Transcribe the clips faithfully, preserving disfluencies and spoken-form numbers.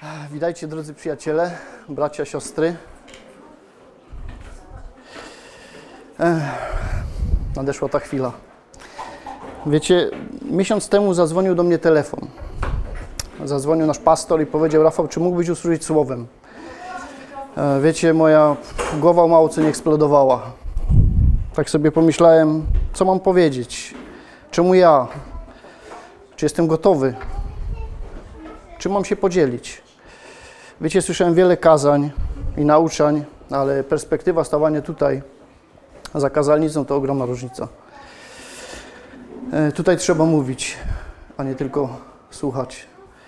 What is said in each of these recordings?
Witajcie, drodzy przyjaciele, bracia, siostry. Ech, nadeszła ta chwila. Wiecie, miesiąc temu zadzwonił do mnie telefon. Zadzwonił nasz pastor i powiedział: Rafał, czy mógłbyś usłużyć słowem? E, wiecie, moja głowa mało co nie eksplodowała. Tak sobie pomyślałem, co mam powiedzieć? Czemu ja? Czy jestem gotowy? Czym mam się podzielić? Wiecie, słyszałem wiele kazań i nauczań, ale perspektywa stawania tutaj za kazalnicą to ogromna różnica. E, tutaj trzeba mówić, a nie tylko słuchać.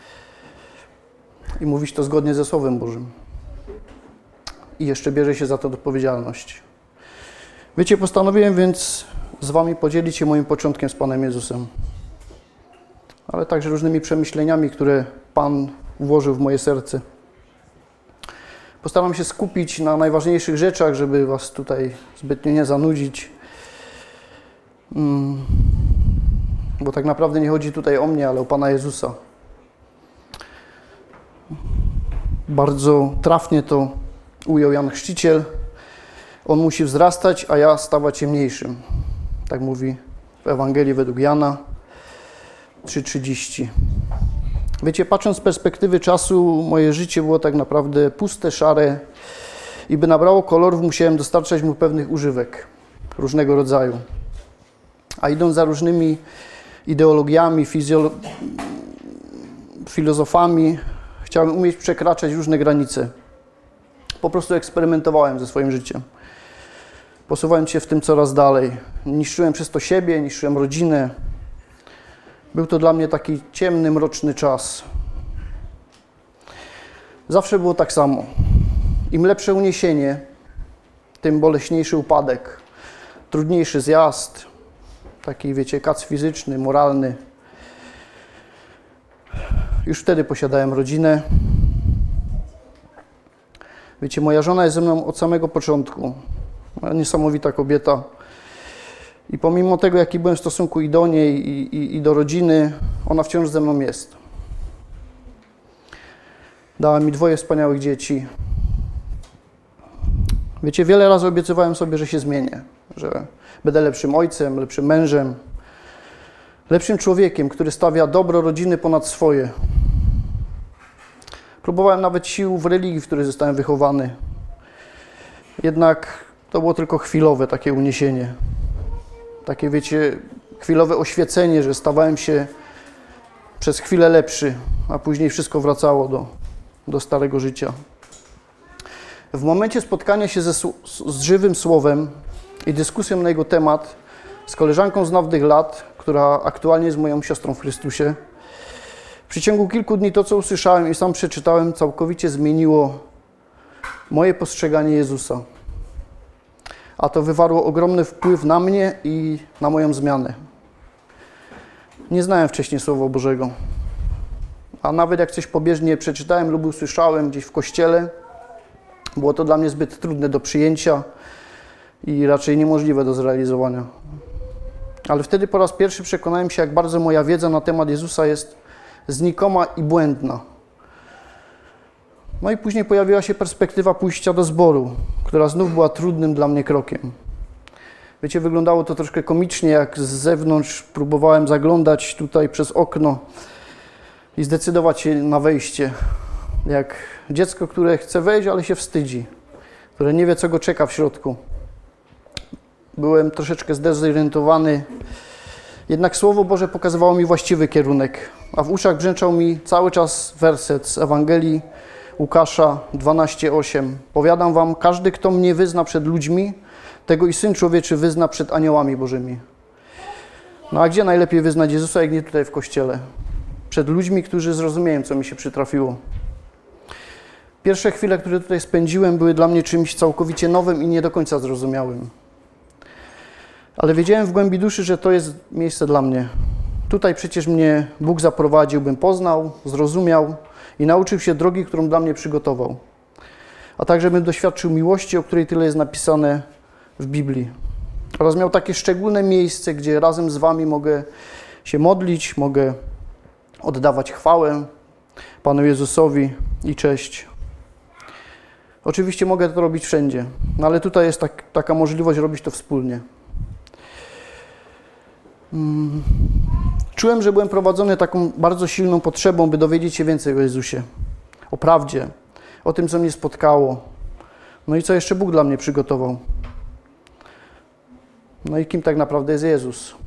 I mówić to zgodnie ze Słowem Bożym. I jeszcze bierze się za to odpowiedzialność. Wiecie, postanowiłem więc z wami podzielić się moim początkiem z Panem Jezusem. Ale także różnymi przemyśleniami, które Pan włożył w moje serce. Postaram się skupić na najważniejszych rzeczach, żeby was tutaj zbytnio nie zanudzić. Hmm. Bo tak naprawdę nie chodzi tutaj o mnie, ale o Pana Jezusa. Bardzo trafnie to ujął Jan Chrzciciel. On musi wzrastać, a ja stawać się mniejszym. Tak mówi w Ewangelii według Jana trzy trzydzieści. Wiecie, patrząc z perspektywy czasu, moje życie było tak naprawdę puste, szare i by nabrało kolorów, musiałem dostarczać mu pewnych używek różnego rodzaju. A idąc za różnymi ideologiami, fizjolo- filozofami, chciałem umieć przekraczać różne granice. Po prostu eksperymentowałem ze swoim życiem. Posuwając się w tym coraz dalej. Niszczyłem przez to siebie, niszczyłem rodzinę. Był to dla mnie taki ciemny, mroczny czas. Zawsze było tak samo. Im lepsze uniesienie, tym boleśniejszy upadek. Trudniejszy zjazd, taki, wiecie, kac fizyczny, moralny. Już wtedy posiadałem rodzinę. Wiecie, moja żona jest ze mną od samego początku. Niesamowita kobieta. I pomimo tego, jaki byłem w stosunku i do niej, i, i, i do rodziny, ona wciąż ze mną jest. Dała mi dwoje wspaniałych dzieci. Wiecie, wiele razy obiecywałem sobie, że się zmienię, że będę lepszym ojcem, lepszym mężem, lepszym człowiekiem, który stawia dobro rodziny ponad swoje. Próbowałem nawet sił w religii, w której zostałem wychowany. Jednak to było tylko chwilowe takie uniesienie. Takie, wiecie, chwilowe oświecenie, że stawałem się przez chwilę lepszy, a później wszystko wracało do, do starego życia. W momencie spotkania się ze, z żywym słowem i dyskusją na jego temat z koleżanką z dawnych lat, która aktualnie jest moją siostrą w Chrystusie, w przeciągu kilku dni to, co usłyszałem i sam przeczytałem, całkowicie zmieniło moje postrzeganie Jezusa. A to wywarło ogromny wpływ na mnie i na moją zmianę. Nie znałem wcześniej Słowa Bożego. A nawet jak coś pobieżnie przeczytałem lub usłyszałem gdzieś w kościele, było to dla mnie zbyt trudne do przyjęcia i raczej niemożliwe do zrealizowania. Ale wtedy po raz pierwszy przekonałem się, jak bardzo moja wiedza na temat Jezusa jest znikoma i błędna. No i później pojawiła się perspektywa pójścia do zboru, która znów była trudnym dla mnie krokiem. Wiecie, wyglądało to troszkę komicznie, jak z zewnątrz próbowałem zaglądać tutaj przez okno i zdecydować się na wejście. Jak dziecko, które chce wejść, ale się wstydzi, które nie wie, co go czeka w środku. Byłem troszeczkę zdezorientowany, jednak Słowo Boże pokazywało mi właściwy kierunek, a w uszach brzęczał mi cały czas werset z Ewangelii Łukasza dwanaście osiem. Powiadam wam, każdy, kto mnie wyzna przed ludźmi, tego i Syn Człowieczy wyzna przed aniołami Bożymi. No a gdzie najlepiej wyznać Jezusa, jak nie tutaj w Kościele? Przed ludźmi, którzy zrozumieją, co mi się przytrafiło. Pierwsze chwile, które tutaj spędziłem, były dla mnie czymś całkowicie nowym i nie do końca zrozumiałym. Ale wiedziałem w głębi duszy, że to jest miejsce dla mnie. Tutaj przecież mnie Bóg zaprowadził, bym poznał, zrozumiał i nauczył się drogi, którą dla mnie przygotował. A także bym doświadczył miłości, o której tyle jest napisane w Biblii. Oraz miał takie szczególne miejsce, gdzie razem z wami mogę się modlić, mogę oddawać chwałę, Panu Jezusowi i cześć. Oczywiście mogę to robić wszędzie, no ale tutaj jest tak, taka możliwość robić to wspólnie. Hmm. Czułem, że byłem prowadzony taką bardzo silną potrzebą, by dowiedzieć się więcej o Jezusie, o prawdzie, o tym, co mnie spotkało, no i co jeszcze Bóg dla mnie przygotował. No i kim tak naprawdę jest Jezus.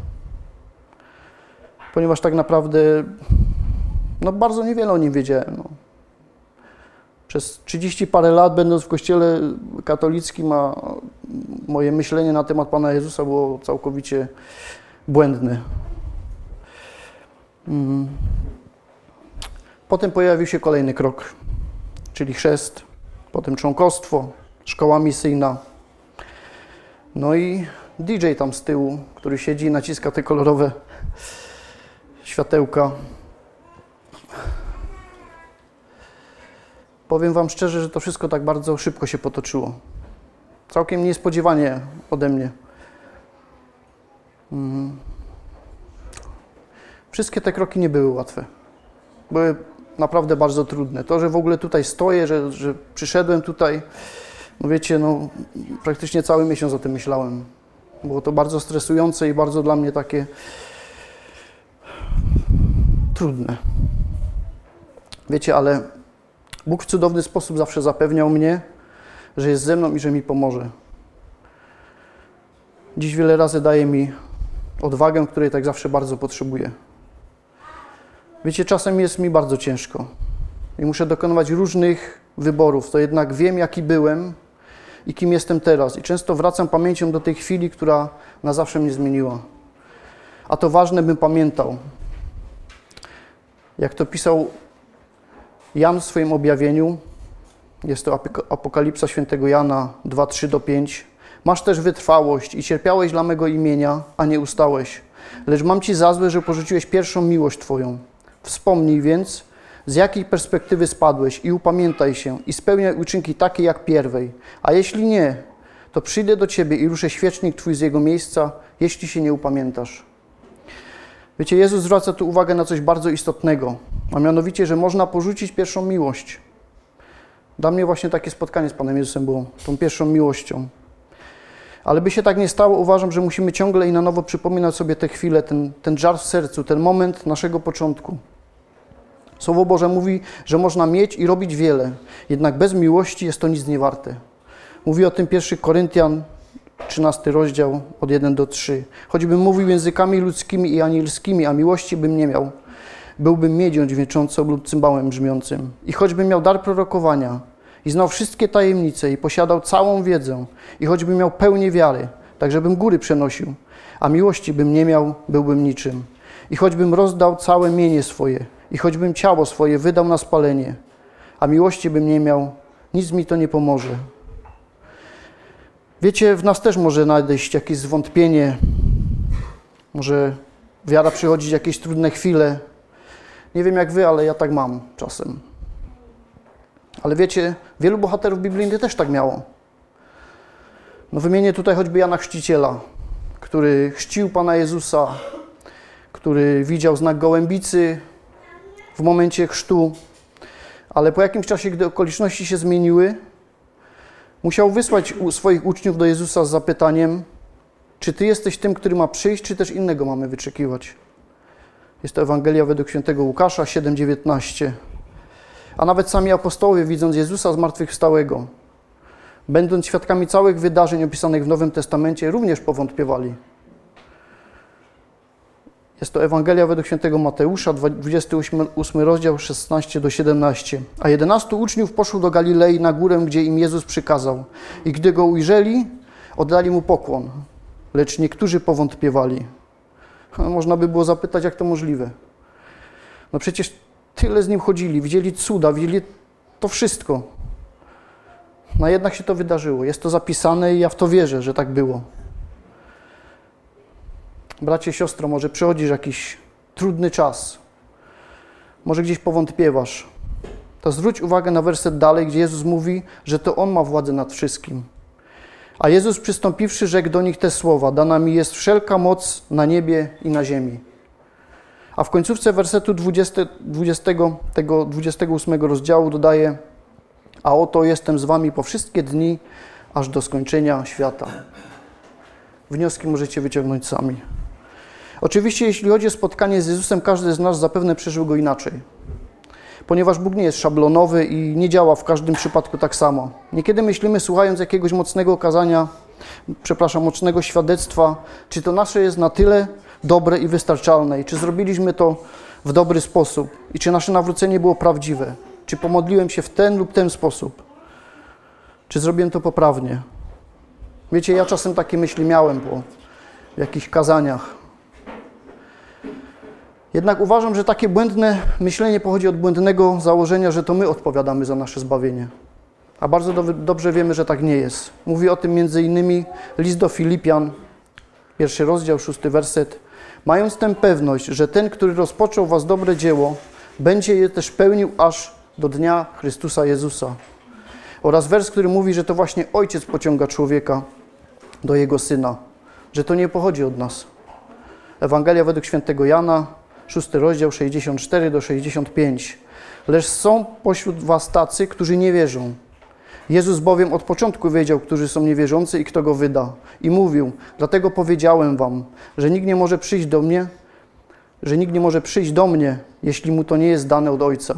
Ponieważ tak naprawdę no bardzo niewiele o Nim wiedziałem. No. Przez trzydzieści parę lat, będąc w kościele katolickim, a moje myślenie na temat Pana Jezusa było całkowicie błędne. Potem pojawił się kolejny krok, czyli chrzest, potem członkostwo, szkoła misyjna. No i D J tam z tyłu, który siedzi i naciska te kolorowe światełka. Powiem wam szczerze, że to wszystko tak bardzo szybko się potoczyło. Całkiem niespodziewanie ode mnie. Hmm. Wszystkie te kroki nie były łatwe. Były naprawdę bardzo trudne. To, że w ogóle tutaj stoję, że, że przyszedłem tutaj, no wiecie, no praktycznie cały miesiąc o tym myślałem. Było to bardzo stresujące i bardzo dla mnie takie trudne. Wiecie, ale Bóg w cudowny sposób zawsze zapewniał mnie, że jest ze mną i że mi pomoże. Dziś wiele razy daje mi odwagę, której tak zawsze bardzo potrzebuję. Wiecie, czasem jest mi bardzo ciężko i muszę dokonywać różnych wyborów. To jednak wiem, jaki byłem i kim jestem teraz. I często wracam pamięcią do tej chwili, która na zawsze mnie zmieniła. A to ważne, bym pamiętał. Jak to pisał Jan w swoim objawieniu, jest to Apokalipsa świętego Jana dwa, trzy do pięć. Masz też wytrwałość i cierpiałeś dla mego imienia, a nie ustałeś. Lecz mam ci za złe, że porzuciłeś pierwszą miłość twoją. Wspomnij więc, z jakiej perspektywy spadłeś i upamiętaj się i spełniaj uczynki takie jak pierwej. A jeśli nie, to przyjdę do ciebie i ruszę świecznik twój z jego miejsca, jeśli się nie upamiętasz. Wiecie, Jezus zwraca tu uwagę na coś bardzo istotnego, a mianowicie, że można porzucić pierwszą miłość. Dla mnie właśnie takie spotkanie z Panem Jezusem było tą pierwszą miłością. Ale by się tak nie stało, uważam, że musimy ciągle i na nowo przypominać sobie tę chwilę, ten, ten żar w sercu, ten moment naszego początku. Słowo Boże mówi, że można mieć i robić wiele, jednak bez miłości jest to nic nie warte. Mówi o tym pierwszy Koryntian, trzynasty rozdział, od jeden do trzech. Choćbym mówił językami ludzkimi i anielskimi, a miłości bym nie miał, byłbym miedzią dźwięczącą lub cymbałem brzmiącym. I choćbym miał dar prorokowania i znał wszystkie tajemnice i posiadał całą wiedzę, i choćbym miał pełnię wiary, tak żebym góry przenosił, a miłości bym nie miał, byłbym niczym. I choćbym rozdał całe mienie swoje, i choćbym ciało swoje wydał na spalenie, a miłości bym nie miał, nic mi to nie pomoże. Wiecie, w nas też może nadejść jakieś zwątpienie, może wiara przychodzić jakieś trudne chwile. Nie wiem jak wy, ale ja tak mam czasem. Ale wiecie, wielu bohaterów biblijnych też tak miało. No wymienię tutaj choćby Jana Chrzciciela, który chrzcił Pana Jezusa, który widział znak gołębicy w momencie chrztu, ale po jakimś czasie, gdy okoliczności się zmieniły, musiał wysłać swoich uczniów do Jezusa z zapytaniem, czy Ty jesteś tym, który ma przyjść, czy też innego mamy wyczekiwać. Jest to Ewangelia według świętego Łukasza siedem dziewiętnaście. A nawet sami apostołowie, widząc Jezusa zmartwychwstałego, będąc świadkami całych wydarzeń opisanych w Nowym Testamencie, również powątpiewali. Jest to Ewangelia według świętego Mateusza, dwudziesty ósmy rozdział, szesnaście do siedemnastu. A jedenastu uczniów poszło do Galilei na górę, gdzie im Jezus przykazał. I gdy Go ujrzeli, oddali Mu pokłon. Lecz niektórzy powątpiewali. Można by było zapytać, jak to możliwe. No przecież tyle z Nim chodzili, widzieli cuda, widzieli to wszystko. No jednak się to wydarzyło. Jest to zapisane i ja w to wierzę, że tak było. Bracie, siostro, może przechodzisz jakiś trudny czas, może gdzieś powątpiewasz, to zwróć uwagę na werset dalej, gdzie Jezus mówi, że to On ma władzę nad wszystkim. A Jezus przystąpiwszy, rzekł do nich te słowa, dana mi jest wszelka moc na niebie i na ziemi. A w końcówce wersetu dwudziestego, dwudziestego, tego dwudziestego ósmego rozdziału dodaje: a oto jestem z wami po wszystkie dni, aż do skończenia świata. Wnioski możecie wyciągnąć sami. Oczywiście, jeśli chodzi o spotkanie z Jezusem, każdy z nas zapewne przeżył go inaczej. Ponieważ Bóg nie jest szablonowy i nie działa w każdym przypadku tak samo. Niekiedy myślimy, słuchając jakiegoś mocnego kazania, przepraszam, mocnego świadectwa, czy to nasze jest na tyle dobre i wystarczalne, i czy zrobiliśmy to w dobry sposób, i czy nasze nawrócenie było prawdziwe, czy pomodliłem się w ten lub ten sposób, czy zrobiłem to poprawnie. Wiecie, ja czasem takie myśli miałem po jakichś kazaniach. Jednak uważam, że takie błędne myślenie pochodzi od błędnego założenia, że to my odpowiadamy za nasze zbawienie. A bardzo do, dobrze wiemy, że tak nie jest. Mówi o tym między innymi list do Filipian, pierwszy rozdział, szósty werset. Mając tę pewność, że ten, który rozpoczął was dobre dzieło, będzie je też pełnił aż do dnia Chrystusa Jezusa. Oraz wers, który mówi, że to właśnie Ojciec pociąga człowieka do Jego Syna, że to nie pochodzi od nas. Ewangelia według świętego Jana, szósty rozdział, sześćdziesiąt cztery do sześćdziesiąt pięć. Lecz są pośród was tacy, którzy nie wierzą. Jezus bowiem od początku wiedział, którzy są niewierzący i kto go wyda. I mówił: dlatego powiedziałem wam, że nikt nie może przyjść do mnie, że nikt nie może przyjść do mnie, jeśli mu to nie jest dane od Ojca.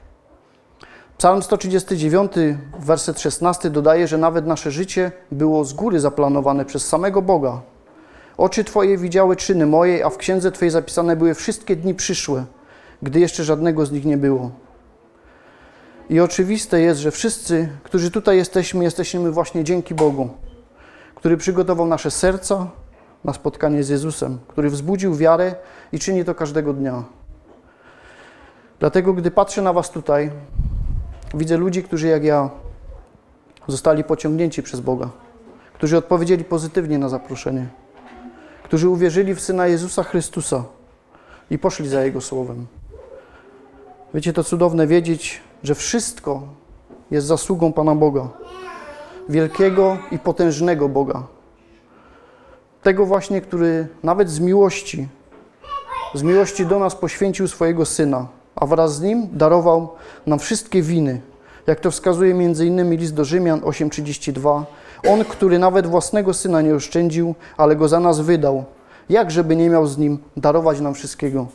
Psalm sto trzydziesty dziewiąty, werset szesnasty dodaje, że nawet nasze życie było z góry zaplanowane przez samego Boga. Oczy Twoje widziały czyny moje, a w księdze Twojej zapisane były wszystkie dni przyszłe, gdy jeszcze żadnego z nich nie było. I oczywiste jest, że wszyscy, którzy tutaj jesteśmy, jesteśmy właśnie dzięki Bogu, który przygotował nasze serca na spotkanie z Jezusem, który wzbudził wiarę i czyni to każdego dnia. Dlatego, gdy patrzę na was tutaj, widzę ludzi, którzy jak ja zostali pociągnięci przez Boga, którzy odpowiedzieli pozytywnie na zaproszenie, którzy uwierzyli w Syna Jezusa Chrystusa i poszli za Jego Słowem. Wiecie, to cudowne wiedzieć, że wszystko jest zasługą Pana Boga, wielkiego i potężnego Boga. Tego właśnie, który nawet z miłości, z miłości do nas poświęcił swojego Syna, a wraz z Nim darował nam wszystkie winy, jak to wskazuje między innymi list do Rzymian osiem trzydzieści dwa. On, który nawet własnego Syna nie oszczędził, ale Go za nas wydał, jak żeby nie miał z Nim darować nam wszystkiego.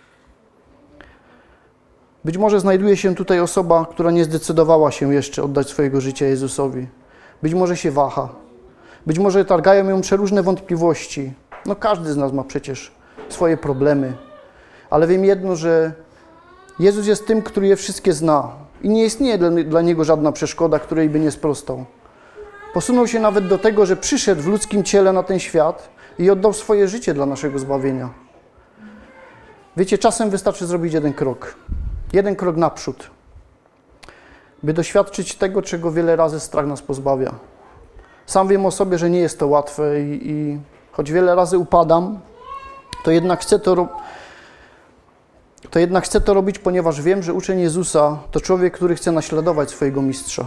Być może znajduje się tutaj osoba, która nie zdecydowała się jeszcze oddać swojego życia Jezusowi. Być może się waha. Być może targają ją przeróżne wątpliwości. No każdy z nas ma przecież swoje problemy. Ale wiem jedno, że Jezus jest tym, który je wszystkie zna. I nie istnieje dla, dla Niego żadna przeszkoda, której by nie sprostał. Posunął się nawet do tego, że przyszedł w ludzkim ciele na ten świat i oddał swoje życie dla naszego zbawienia. Wiecie, czasem wystarczy zrobić jeden krok. Jeden krok naprzód, by doświadczyć tego, czego wiele razy strach nas pozbawia. Sam wiem o sobie, że nie jest to łatwe i, i choć wiele razy upadam, to jednak chcę to, ro- to jednak chcę to robić, ponieważ wiem, że uczeń Jezusa to człowiek, który chce naśladować swojego mistrza.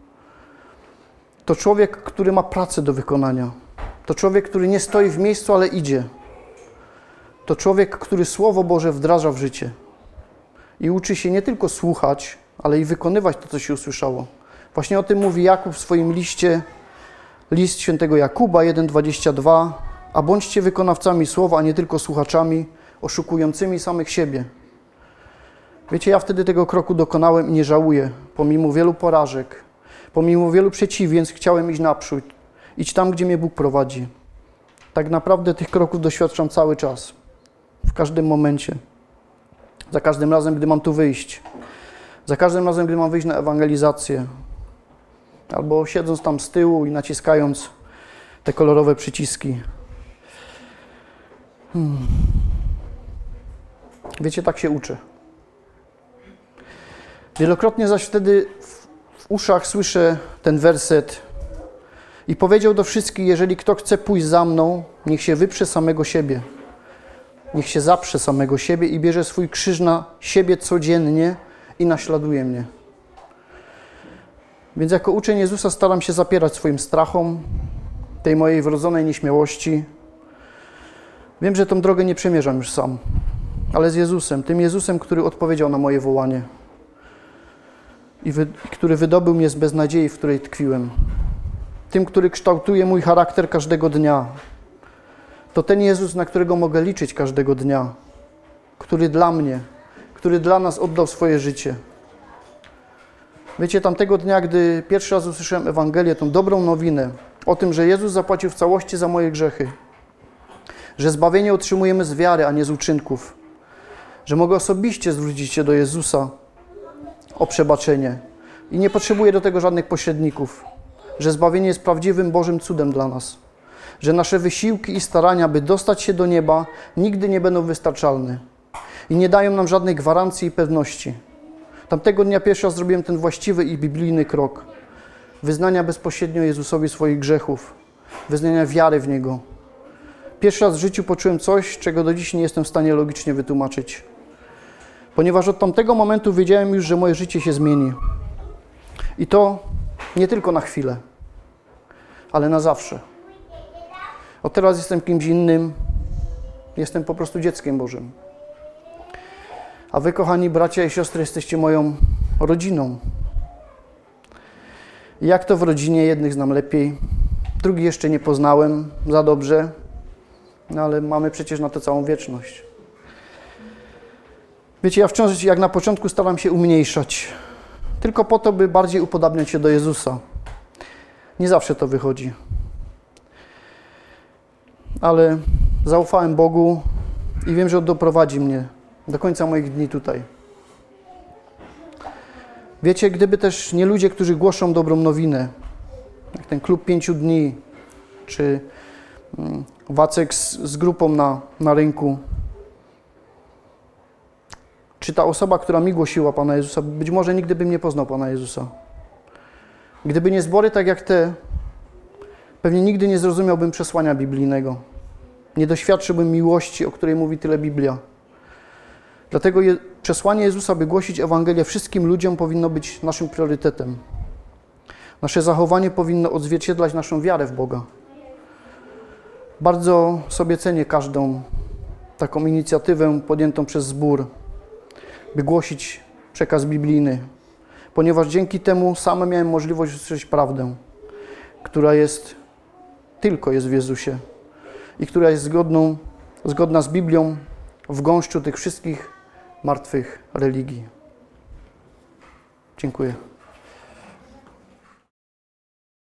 To człowiek, który ma pracę do wykonania. To człowiek, który nie stoi w miejscu, ale idzie. To człowiek, który Słowo Boże wdraża w życie. I uczy się nie tylko słuchać, ale i wykonywać to, co się usłyszało. Właśnie o tym mówi Jakub w swoim liście, list świętego Jakuba jeden dwadzieścia dwa. A bądźcie wykonawcami słowa, a nie tylko słuchaczami, oszukującymi samych siebie. Wiecie, ja wtedy tego kroku dokonałem i nie żałuję. Pomimo wielu porażek, pomimo wielu przeciwieństw chciałem iść naprzód. Idź tam, gdzie mnie Bóg prowadzi. Tak naprawdę tych kroków doświadczam cały czas. W każdym momencie. Za każdym razem, gdy mam tu wyjść. Za każdym razem, gdy mam wyjść na ewangelizację. Albo siedząc tam z tyłu i naciskając te kolorowe przyciski. Hmm. Wiecie, tak się uczę. Wielokrotnie zaś wtedy w, w uszach słyszę ten werset. I powiedział do wszystkich, jeżeli kto chce pójść za mną, niech się wyprze samego siebie. Niech się zaprze samego siebie i bierze swój krzyż na siebie codziennie i naśladuje mnie. Więc jako uczeń Jezusa staram się zapierać swoim strachom, tej mojej wrodzonej nieśmiałości. Wiem, że tą drogę nie przemierzam już sam. ale z Jezusem, tym Jezusem, który odpowiedział na moje wołanie i wy, który wydobył mnie z beznadziei, w której tkwiłem. Tym, który kształtuje mój charakter każdego dnia. To ten Jezus, na którego mogę liczyć każdego dnia, który dla mnie, który dla nas oddał swoje życie. Wiecie, tamtego dnia, gdy pierwszy raz usłyszałem Ewangelię, tą dobrą nowinę o tym, że Jezus zapłacił w całości za moje grzechy, że zbawienie otrzymujemy z wiary, a nie z uczynków, że mogę osobiście zwrócić się do Jezusa o przebaczenie i nie potrzebuję do tego żadnych pośredników, że zbawienie jest prawdziwym Bożym cudem dla nas, że nasze wysiłki i starania, by dostać się do nieba, nigdy nie będą wystarczalne i nie dają nam żadnej gwarancji i pewności. Tamtego dnia pierwszy raz zrobiłem ten właściwy i biblijny krok wyznania bezpośrednio Jezusowi swoich grzechów, wyznania wiary w Niego. Pierwszy raz w życiu poczułem coś, czego do dziś nie jestem w stanie logicznie wytłumaczyć. Ponieważ od tamtego momentu wiedziałem już, że moje życie się zmieni. I to nie tylko na chwilę, ale na zawsze. Od teraz jestem kimś innym, jestem po prostu dzieckiem Bożym. A wy, kochani bracia i siostry, jesteście moją rodziną. I jak to w rodzinie, jednych znam lepiej, drugich jeszcze nie poznałem za dobrze, no ale mamy przecież na to całą wieczność. Wiecie, ja wciąż jak na początku staram się umniejszać, tylko po to, by bardziej upodabniać się do Jezusa. Nie zawsze to wychodzi. Ale zaufałem Bogu i wiem, że On doprowadzi mnie do końca moich dni tutaj. Wiecie, gdyby też nie ludzie, którzy głoszą dobrą nowinę, jak ten klub pięciu dni, czy Wacek z, z grupą na, na rynku, czy ta osoba, która mi głosiła Pana Jezusa, być może nigdy bym nie poznał Pana Jezusa. Gdyby nie zbory tak jak te, pewnie nigdy nie zrozumiałbym przesłania biblijnego. Nie doświadczyłbym miłości, o której mówi tyle Biblia. Dlatego je, przesłanie Jezusa, by głosić Ewangelię wszystkim ludziom, powinno być naszym priorytetem. Nasze zachowanie powinno odzwierciedlać naszą wiarę w Boga. Bardzo sobie cenię każdą taką inicjatywę podjętą przez zbór, by głosić przekaz biblijny, ponieważ dzięki temu sam miałem możliwość usłyszeć prawdę, która jest, tylko jest w Jezusie i która jest zgodną, zgodna z Biblią w gąszczu tych wszystkich martwych religii. Dziękuję.